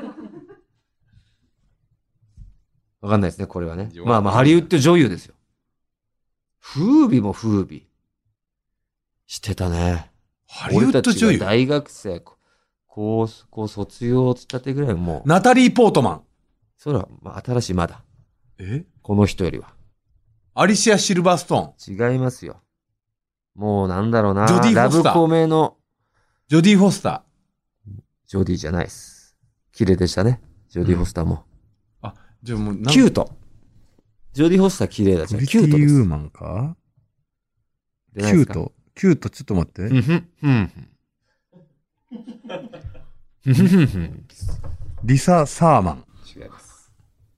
わかんないですね、これはね。まあまあ、ハリウッド女優ですよ。風美も風美。してたね。 ハリウッド女優大学生、高校卒業つったてぐらいもう。 ナタリー・ポートマン。 それは、まあ、新しいまだ。 えこの人よりは。 アリシア・シルバーストーン。違いますよ。もうなんだろうな。 ジョディ・フォスター。 ラブコメの。 ジョディ・フォスター。ジョディじゃないです。綺麗でしたね。ジョディ・フォスターも。 うん、あ、じゃあもうキュート。ジョディ・フォスター綺麗だじゃん。キュートです。 プリティ・ウーマンかキュート。キュート、ちょっと待って。うんふん。うんふん。リサ・サーマン。 違います。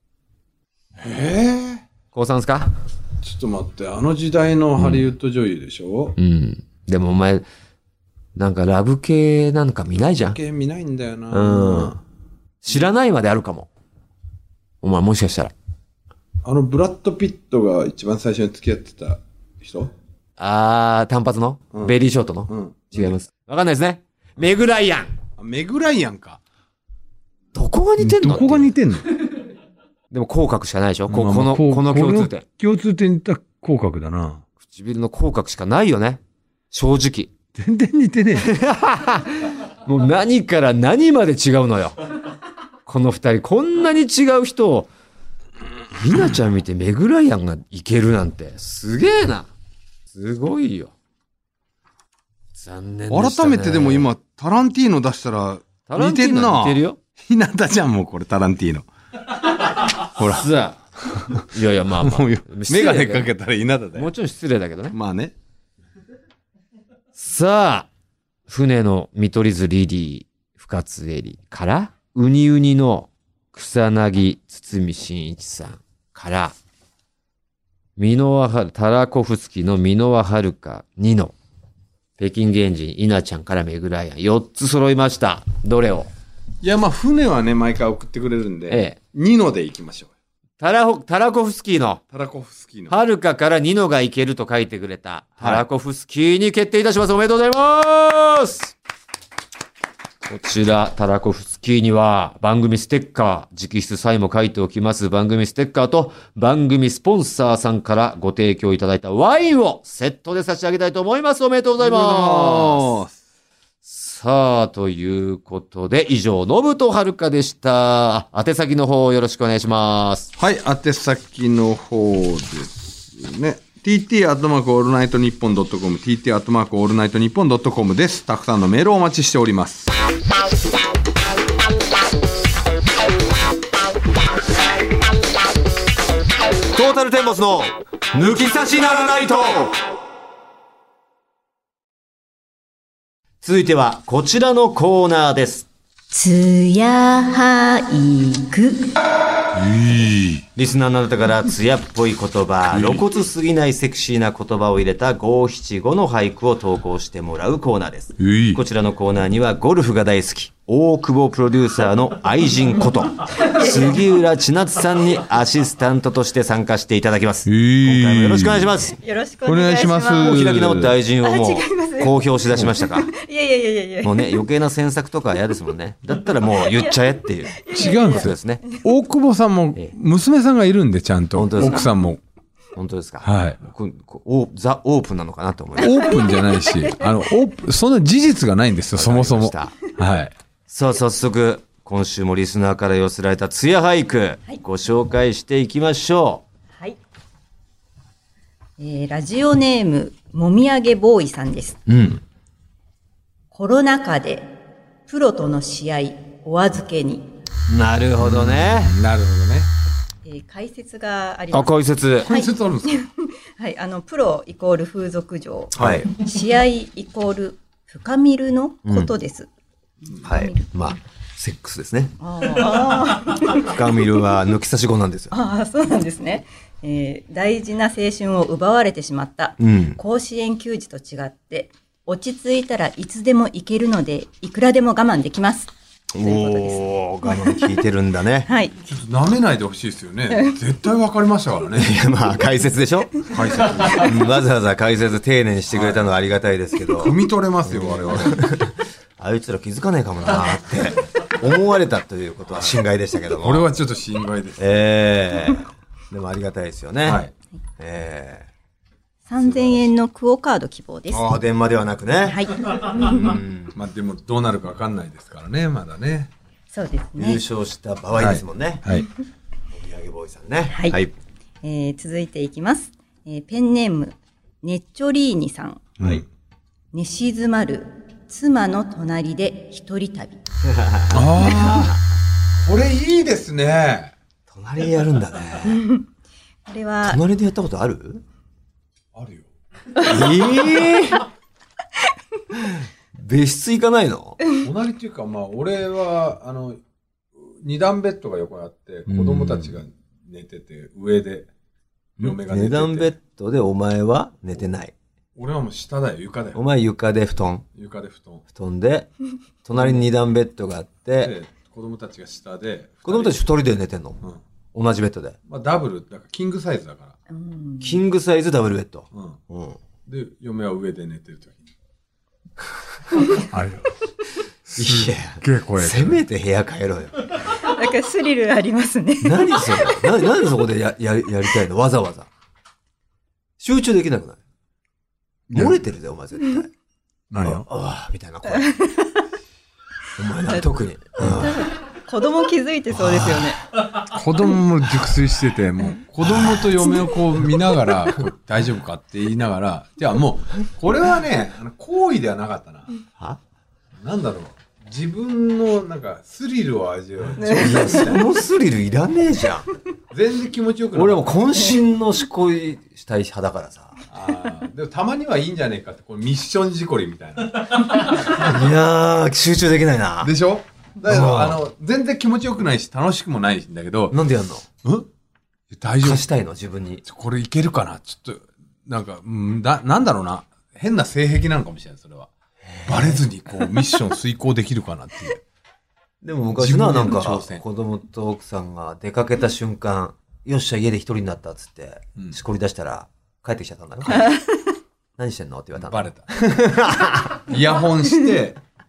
ええー。 高さんですか？ ちょっと待って、あの時代のハリウッド女優でしょ？ うん。うん、でもお前、なんかラブ系なんか見ないじゃん。 ラブ系見ないんだよな。 うん。知らないまであるかも。お前もしかしたら。 あのブラッド・ピットが一番最初に付き合ってた人？ あー、単発の、うん、ベリーショートの、うん、違います。わかんないですね。メグライアン。 メグライアンか。 どこが似てんの？ どこが似てんの？ でも口角しかないでしょ、こ, この、この共通点。 共通点言った口角だな。 唇の口角しかないよね。正直。 全然似てねえ。もう何から何まで違うのよ。この二人、こんなに違う人を、ひなちゃん見てメグライアンがいけるなんて、すげえな。すごいよ。残念でしたね。 改めてでも今、タランティーノ出したら、似てんな。 似てるよ。 ひなたじゃん、もうこれ、タランティーノ。ほら。 さあ。いやいや、まあまあ。 メガネかけたら稲田だよ。 もちろん失礼だけどね。 まあね。 さあ、船の見取り図リリー、深津絵里から、ウニウニの草薙堤真一さんから、ミノワハル、タラコフスキのミノワハルカにの、北京原人、稲ちゃんからメグライアン、よっつ揃いました。どれを？ いや、まあ、船はね、毎回送ってくれるんで、ええ、にので行きましょう。 タラホ、タラコフスキーの、 タラコフスキーの、 はるかからにのがいけると書いてくれた、タラコフスキーに決定いたします。おめでとうございます。 こちら、タラコフスキーには番組ステッカー、直筆サインも書いておきます番組ステッカーと番組スポンサーさんからご提供いただいたワインをセットで差し上げたいと思います。おめでとうございます。さあ、ということで、以上、ノブとはるかでした。宛先の方よろしくお願いします。 はい、宛先の方ですね。ティーティー アットマークオールナイトニッポンドットコム ティーティー アットマークオールナイトニッポンドットコム です。たくさんのメールをお待ちしております。 トータルテンボスの抜き差しならないと。続いてはこちらのコーナーです。 つや俳句。 リスナーのあなたからつやっぽい言葉、露骨すぎないセクシーな言葉を入れた五七五の俳句を投稿してもらうコーナーです。こちらのコーナーにはゴルフが大好き、大久保プロデューサーの愛人こと杉浦千夏さんにアシスタントとして参加していただきます。今回もよろしくお願いします。 よろしくお願いします。 もう開き直って愛人をもう公表しだしましたか？ いやいやいやいや。 もうね、余計な詮索とか嫌ですもんね。だったらもう言っちゃえっていう。 違うんですよ。ですね。大久保さんも娘さんがいるんでちゃんと。本当ですか？奥さんも。 本当ですか？ はい。 おザ・オープンなのかなと思います。 オープンじゃないし、あの、オープン、そんな事実がないんですよ、そもそも。はい。 さあ、早速、今週もリスナーから寄せられたつや俳句、はい、ご紹介していきましょう。はい。えー、ラジオネーム、もみあげボーイさんです。 うん。 コロナ禍で、プロとの試合、お預けに。 なるほどね。 なるほどね。 えー、解説があります。 あ、解説。 解説あるんですか？ はい、あの、プロイコール風俗嬢。 はい。 試合イコール深みるのことです。 うん、はい。まあ、セックスですね。ああ。深みるは抜き差し語なんですよ。 ああ、そうなんですね。えー、大事な青春を奪われてしまった。うん、甲子園球児と違って、落ち着いたらいつでも行けるので、いくらでも我慢できます。 おお、我慢聞いてるんだね。 はい。 ちょっと舐めないでほしいですよね。絶対わかりましたからね。 いや、まあ、解説でしょ？解説。わざわざ解説丁寧にしてくれたのはありがたいですけど。 汲み取れますよ、我々。 あいつら気づかないかもなーって思われたということは心外でしたけども。 これはちょっと心外です。 ええー。でもありがたいですよね。はい。ええー。 さんぜんえんのクオカード希望です。 ああ、電話ではなくね。 はい。 うん、まあでもどうなるかわかんないですからね、まだね。 そうですね。 優勝した場合ですもんね。 はい。お土産ボーイさんね。 はい。はい、えー、続いていきます。えー、ペンネーム、ネッチョリーニさん。 はい。 寝静まる妻の隣で一人旅。 ああ、これいいですね。 隣でやるんだね。 これは。 隣でやったことある？ あるよ。 ええー、別室行かないの？ 隣っていうか、まあ、俺は、あの、二段ベッドが横にあって、子供たちが寝てて、上で、嫁が寝てて。 二段ベッドでお前は寝てない。 俺はもう下だよ、床だよ。 お前床で布団。 床で布団。 布団で、隣に二段ベッドがあって、 で、子供たちが下で。 子供たち二人で寝てんの？うん。同じベッドで。 まあ、ダブル、だからキングサイズだから。 キングサイズダブルベッド。 うん。うん、で、嫁は上で寝てるときに。あれよ。 いや、 げえ怖い。 せめて部屋変えろよ。 なんかスリルありますね。 何それ？な、なんでそこでや、や、やりたいの？わざわざ。集中できなくない？漏れてるぜ、お前絶対。 何よ？ ああ、みたいな声。お前な、特に。 子供気づいてそうですよね。 子供も熟睡してて、もう子供と嫁をこう見ながら、こう大丈夫かって言いながら、じゃあもう、これはね、あの行為ではなかったな。 は？ なんだろう。自分のなんかスリルを味わう。 いや、そのスリルいらねえじゃん。 全然気持ちよくない。 俺も渾身のしこいしたい派だからさ。 ああ、でもたまにはいいんじゃねえかって、これミッション事故りみたいな。いやー、集中できないな。 でしょ？だけど、あの、全然気持ちよくないし、楽しくもないんだけど。 なんでやんの？ ん？大丈夫？ 貸したいの？自分に。 これいけるかな？ちょっと、なんか、んだ、なんだろうな。変な性癖なのかもしれない、それは。バレずに、こう、ミッション遂行できるかなっていう。 でも昔な、なんか、子供と奥さんが出かけた瞬間、よっしゃ、家で一人になったっつって、うん、しこり出したら、帰ってきちゃったんだな。何してんのって言われたの。 バレた。イヤホンして、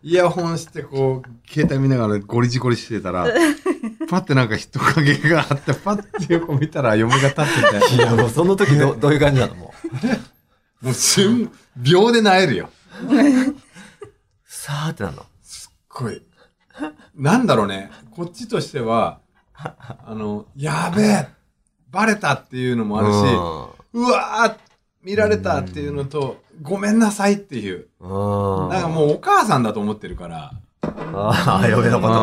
イヤホンしてこう、携帯見ながらゴリジゴリしてたら、パッてなんか人影があって、パッて横見たら嫁が立ってて。 いや、もうその時どどういう感じなのもう。もう瞬、秒で萎えるよ。 さーってなるの。 すっごい。なんだろうね。こっちとしては、あの、やべえバレたっていうのもあるし、うわー見られたっていうのと、ごめんなさいっていう。なんかもうお母さんだと思ってるから。 ああ、嫁のこと。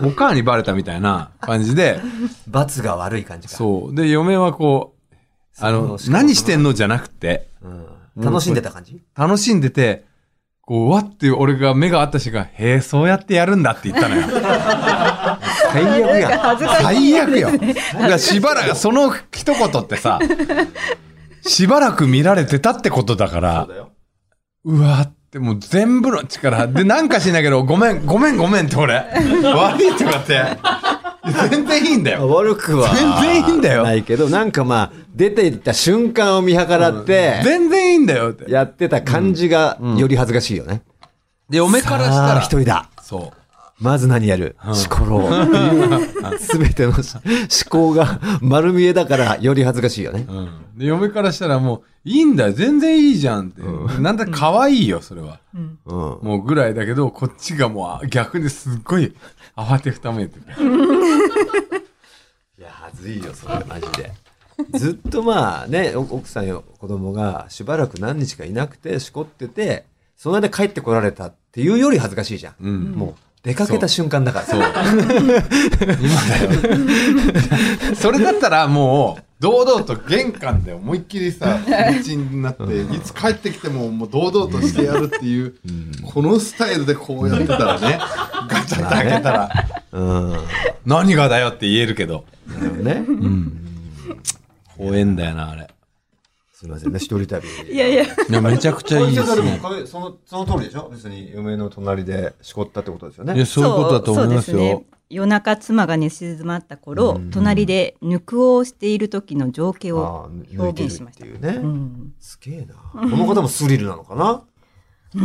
お母にバレたみたいな感じで。 罰が悪い感じか。 そう。で、嫁はこう、あの、何してんのじゃなくて、 うん、楽しんでた感じ楽しんでて、こう、わって俺が目が合った瞬間、へえ、そうやってやるんだって言ったのよ。 最悪やん。 最悪よ。だからしばらく、その一言ってさ、しばらく見られてたってことだから、 そうだよ。 うわーってもう全部の力、で、なんかしないけど、ごめん、ごめん、ごめんって俺、悪いとかって、全然いいんだよ。 悪くは。 全然いいんだよ。 ないけど、なんかまあ、出ていった瞬間を見計らって、 うん、全然いいんだよって。 やってた感じが、より恥ずかしいよね。 で、嫁からしたら。 一人だ。 そう。 まず何やる、うん、しころう。すべての思考が丸見えだからより恥ずかしいよね、 うん。で、嫁からしたらもう、いいんだよ、全然いいじゃんって。うん、なんだ可愛いよ、それは、うん。もうぐらいだけど、こっちがもう逆にすっごい慌てふためいてる。 いや、恥ずいよ、それ、マジで。ずっとまあね、奥さんや子供がしばらく何日かいなくて、しこってて、その間帰ってこられたっていうより恥ずかしいじゃん。うん、もう出かけた瞬間だから。そう。今だよ。 それだったらもう、堂々と玄関で思いっきりさ、気持ちになって、いつ帰ってきてももう堂々としてやるっていう、うん、このスタイルでこうやってたらね、ガチャッと開けたら、うん、何がだよって言えるけど。 なるほどね。うん。 怖えんだよな、あれ。 すみませんね、一人旅。 いやいや。いや、めちゃくちゃいいですね。 その、その通りでしょ？別に嫁の隣でしこったってことですよね。 いや、そういうことだと思いますよ。そうですね。 夜中妻が寝静まった頃、隣でぬくをしている時の情景を表現しました。 っていうね。うん、すげえな。この方もスリルなのかな？ うん。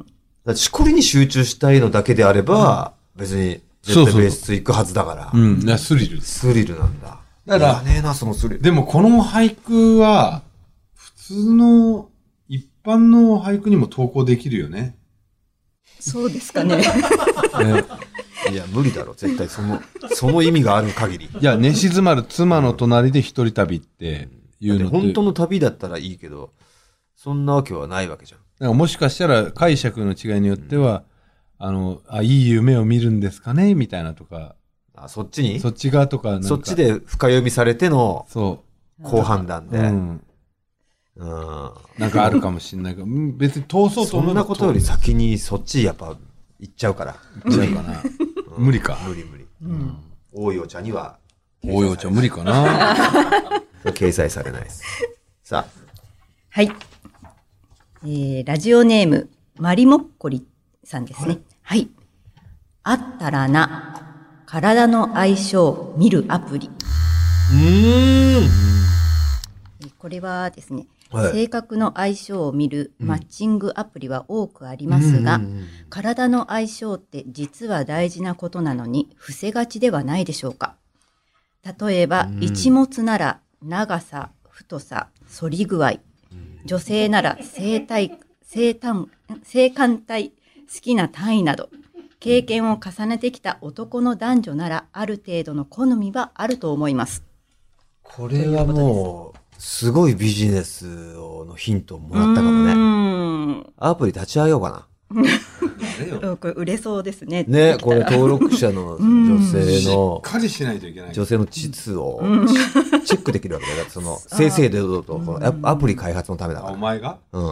だしこりに集中したいのだけであれば、うん、別に絶対ベース行くはずだから。 うん。いや、スリル。 スリルなんだ。 だから、 ねえな、そのスリル。 でもこの俳句は、普通の一般の俳句にも投稿できるよね。 そうですかね。ねいや、無理だろ、絶対その、その意味がある限り。 いや、寝静まる妻の隣で一人旅っていうのって。 本当の旅だったらいいけど、そんなわけはないわけじゃん。 だからもしかしたら解釈の違いによっては、うん、あの、あ、いい夢を見るんですかねみたいなとか。 あ、そっちにそっち側とかなんか。 そっちで深読みされての、 そう。 好判断で。うん。 うん、なんかあるかもしれないけど、別に通そうと思う。 そんなことより先にそっちやっぱ行っちゃうから。 行っちゃうかな。うん、無理か。 無理無理。うん、多いお茶には。 多いお茶無理かな。 掲載されないです。さあ。 はい。えー、ラジオネーム、マリモッコリさんですね。はい。はい、あったらな、体の相性見るアプリ。 うーん。 これはですね、はい、性格の相性を見るマッチングアプリは多くありますが、うん、体の相性って実は大事なことなのに伏せがちではないでしょうか。例えば、うん、一物なら長さ、太さ、反り具合、うん、女性なら性体、性単、性感帯、好きな単位など、経験を重ねてきた男の男女ならある程度の好みはあると思います。 これはもう、すごいビジネスのヒントをもらったかもね。うんアプリ立ち上げようかな。これ売れそうですね。 ね、これ登録者の女性の、 しっかりしないといけない。 女性の膣をチェックできるわけだ。だってその、正々堂々とこのアプリ開発のためだから。 お前がうん。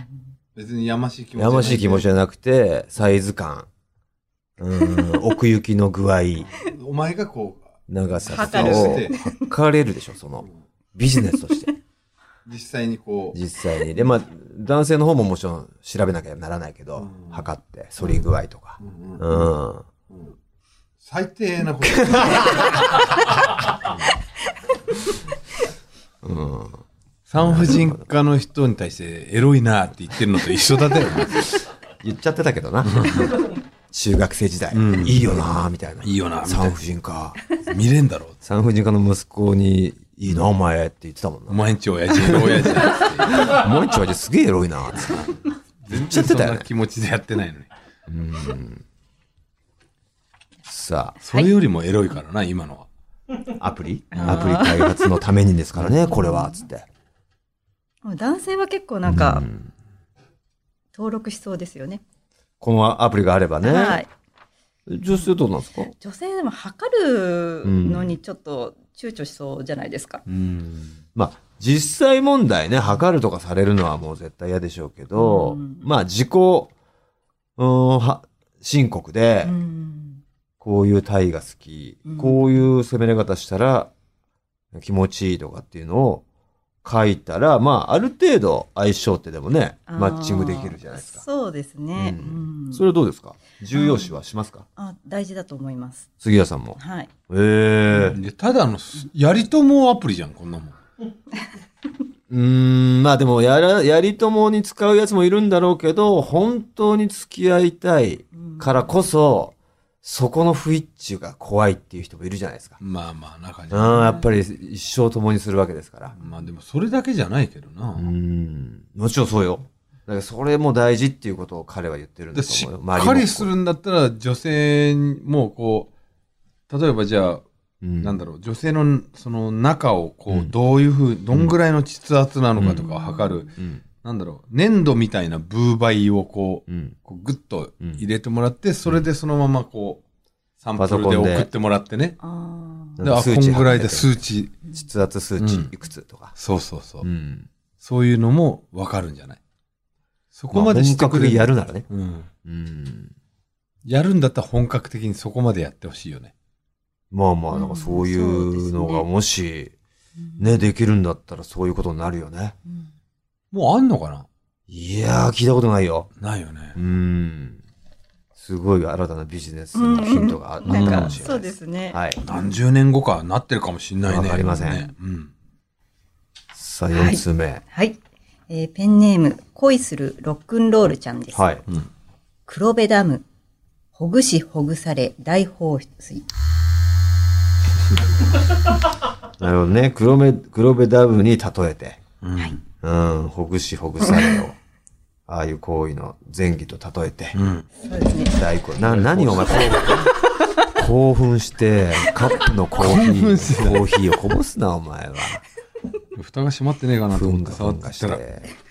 別にやましい気持ちやましい気持ちじゃなくて、サイズ感、うん、奥行きの具合。 お前がこう、 長さとかを測れるでしょ、その。ビジネスとして。 実際にこう。 実際に。で、まあ、男性の方ももちろん調べなきゃならないけど、うん、測って、反り具合とか。うん。うんうん、 最低なこと。うん、産婦人科の人に対してエロいなって言ってるのと一緒だったよね。 言っちゃってたけどな。中学生時代。 うん、 いいよなみたいな。 いいよなみたいな。 産婦人科。 見れんだろ。 産婦人科の息子に、いいなお前って言ってたもんな。 お前んち親父の親父だお前んち親父すげえエロいなって言っちゃってたよね。 そんな気持ちでやってないのに。 うん。さあ。 それよりもエロいからな、今のは。 アプリアプリ開発のためにですからね、これは、つって。 男性は結構なんか、登録しそうですよね。 このアプリがあればね。はい。女性どうなんですか？ 女性でも測るのにちょっと躊躇しそうじゃないですか。 うん。まあ、実際問題ね、測るとかされるのはもう絶対嫌でしょうけど、うん、まあ、自己、うん、は、申告で、うん、こういう体が好き、うん、こういう攻められ方したら気持ちいいとかっていうのを書いたら、まあ、ある程度相性ってでもね、マッチングできるじゃないですか。 そうですね。 うんうん、それはどうですか？重要視はしますか？ あ、大事だと思います。 杉谷さんも。 はい。 ええー。 ただの、やりともアプリじゃん、こんなもん。 うーん、まあでも、やら、やりともに使うやつもいるんだろうけど、本当に付き合いたいからこそ、そこの不一致が怖いっていう人もいるじゃないですか。 まあまあ、中には、ね。うん、やっぱり一生共にするわけですから。 まあでも、それだけじゃないけどな。 うん。もちろんそうよ。だからそれも大事っていうことを彼は言ってるんだと思うよ。 しっかりするんだったら、女性もこう、例えばじゃあ、うん、なんだろう、女性のその中をこう、うん、どういうふう、どんぐらいの膣圧なのかとかを測る、うんうん、なんだろう、粘土みたいなブーバイをこう、うん、こうグッと入れてもらって、それでそのままこう、サンプルで送ってもらってね。あで、あ、こんぐらいで数値。 膣圧数値いくつとか。 そうそうそう。うん、そういうのもわかるんじゃない？そこまでしてくれる。 本格的にやるならね。 うん。うん。やるんだったら本格的にそこまでやってほしいよね。 まあまあ、なんかそういうのがもし、ね、できるんだったらそういうことになるよね。 うん、もうあんのかな？ いやー、聞いたことないよ。 ないよね。 うん。すごい新たなビジネスのヒントがあったかもしれない。 そうですね。 はい。 何十年後かなってるかもしれないね。 わかりません。 ね、うん。 さあ、よんつめ。はい。 はいえー、ペンネーム、恋するロックンロールちゃんです。 はい。うん、 黒部ダム、ほぐしほぐされ大放水。 なるほどね。黒部、黒部ダムに例えて。 うん。はい。 うん、ほぐしほぐされを。ああいう行為の前儀と例えて。 うん。そうですね。 大根。な、何お前、興奮して、カップのコーヒー、コーヒーをこぼすな、お前は。 蓋が閉まってねえかなと思って触ってたら。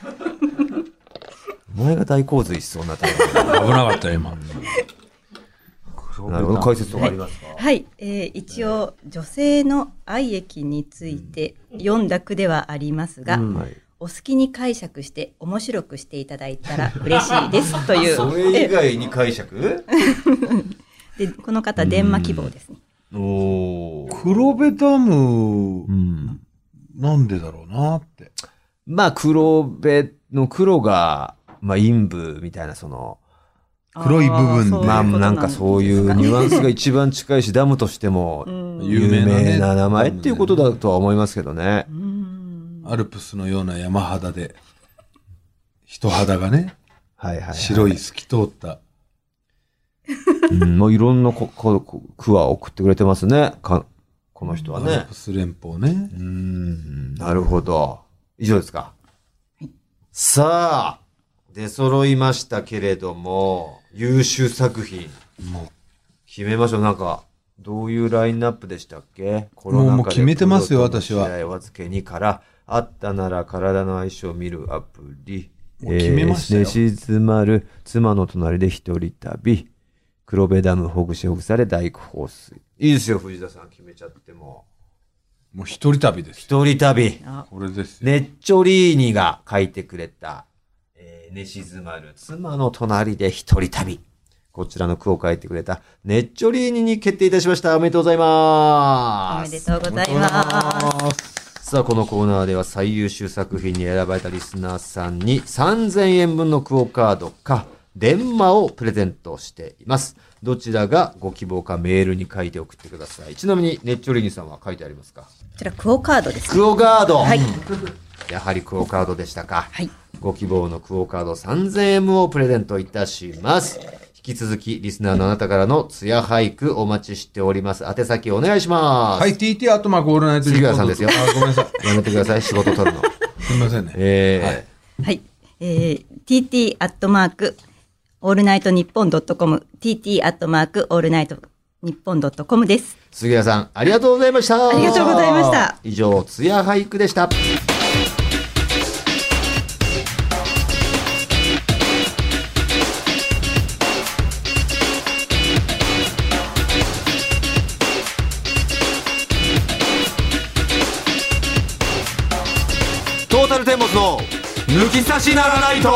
お前が大洪水しそうになったら。 危なかったよ、今。 なるほど、解説とかありますか？ はい、はいえー、一応、女性の愛液について読んだ句ではありますが、うんはいお好きに解釈して面白くしていただいたら嬉しいですという。 それ以外に解釈でこの方、電話希望ですね。 お黒部ダム、うん、なんでだろうなって。 まあ、黒部の黒が、まあ、陰部みたいな、その、 黒い部分で。 まあ、なんかそういうニュアンスが一番近いし、ダムとしても有名な名前っていうことだとは思いますけどね。 アルプスのような山肌で、人肌がね、 はいはいはい、 白い透き通った。 うん、もういろんなここ句は送ってくれてますね。かこの人はね。 アルプス連峰ね。 うん、なるほど。以上ですか。はい、さあ、出揃いましたけれども、優秀作品。もう決めましょう。なんか、どういうラインナップでしたっけ？コロナ禍でもう決めてますよ、私は。 お預けにから、あったなら体の相性を見るアプリ。 もう決めましたよ。 寝静まる妻の隣で一人旅。黒部ダムほぐしほぐされ大放水。いいですよ、藤田さん決めちゃっても。 もう一人旅です。 一人旅。 これですよ。 ネッチョリーニが書いてくれた、えー、寝静まる妻の隣で一人旅。こちらの句を書いてくれたネッチョリーニに決定いたしました。おめでとうございます。 おめでとうございます。 さあ、このコーナーでは最優秀作品に選ばれたリスナーさんにさんぜんえんぶんのクオカードか、 電話をプレゼントしています。どちらがご希望かメールに書いて送ってください。ちなみに、ネッチョリギさんは書いてありますか？こちら、クオカードです、ね。 クオカード。 はい。 やはりクオカードでしたか。 はい。 ご希望のクオカードさんぜんえんをプレゼントいたします。引き続き、リスナーのあなたからのツヤ俳句お待ちしております。宛先お願いします。 はい、ティーティー アットマークオールナイトニッポン。 杉浦さんですよ。 あ、ごめんなさい。 やめてください、仕事取るの。 すみませんね。 えー、 はい。えー、ティーティー アットマーク、オールナイトニッポンドットコム、ティーティー アットマーク、オールナイトニッポンドットコムです。 杉浦さん、ありがとうございました。 ありがとうございました。 以上、ツヤ俳句でした。トータルテンボスの抜き差しならないと。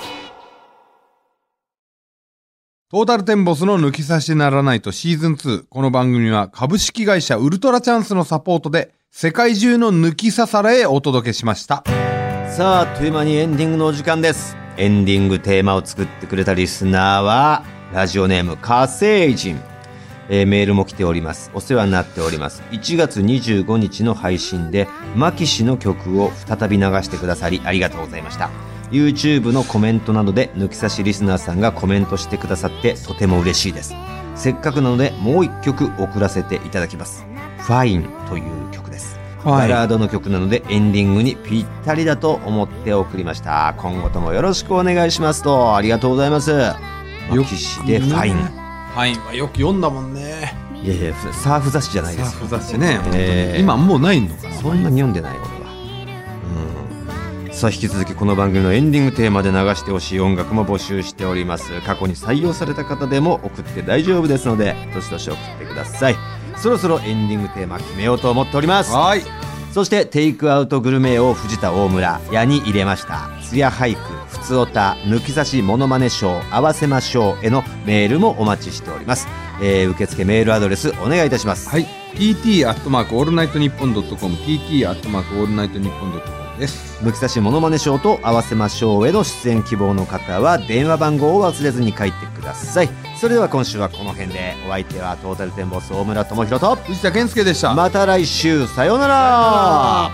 トータルテンボスの抜き差しならないとシーズンツー。この番組は株式会社ウルトラチャンスのサポートで世界中の抜き差されへお届けしました。 さあ、あっという間にエンディングのお時間です。エンディングテーマを作ってくれたリスナーはラジオネーム火星人。えー、メールも来ております。お世話になっております。いちがつにじゅうごにちの配信でマキシの曲を再び流してくださりありがとうございました。 YouTube のコメントなどで抜き差しリスナーさんがコメントしてくださってとても嬉しいです。せっかくなのでもう一曲送らせていただきます。ファインという曲です。バラードの曲なのでエンディングにぴったりだと思って送りました。今後ともよろしくお願いしますと。ありがとうございます。マキシでファイン。 ファインはよく読んだもんね。 いやいや、サーフ雑誌じゃないですよ。 サーフ雑誌ね、 えー、 今もうないのかな。 そんなに読んでない俺は。うん。さあ、引き続きこの番組のエンディングテーマで流してほしい音楽も募集しております。過去に採用された方でも送って大丈夫ですのでどしどし送ってください。そろそろエンディングテーマ決めようと思っております。 はい。 そしてテイクアウトグルメ王藤田大村矢に入れましたツヤ俳句ふつおた抜き差しモノマネショー合わせましょうへのメールもお待ちしております。えー、受付メールアドレスお願いいたします。 はい。ティーティー アットマークオールナイトニッポンドットコム ティーティー アットマークオールナイトニッポンドットコムです。 抜き差しモノマネショーと合わせましょうへの出演希望の方は電話番号を忘れずに書いてください。それでは今週はこの辺で。お相手はトータルテンボス大村智広と藤田健介でした。 また来週、さようなら。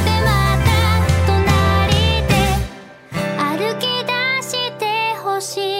し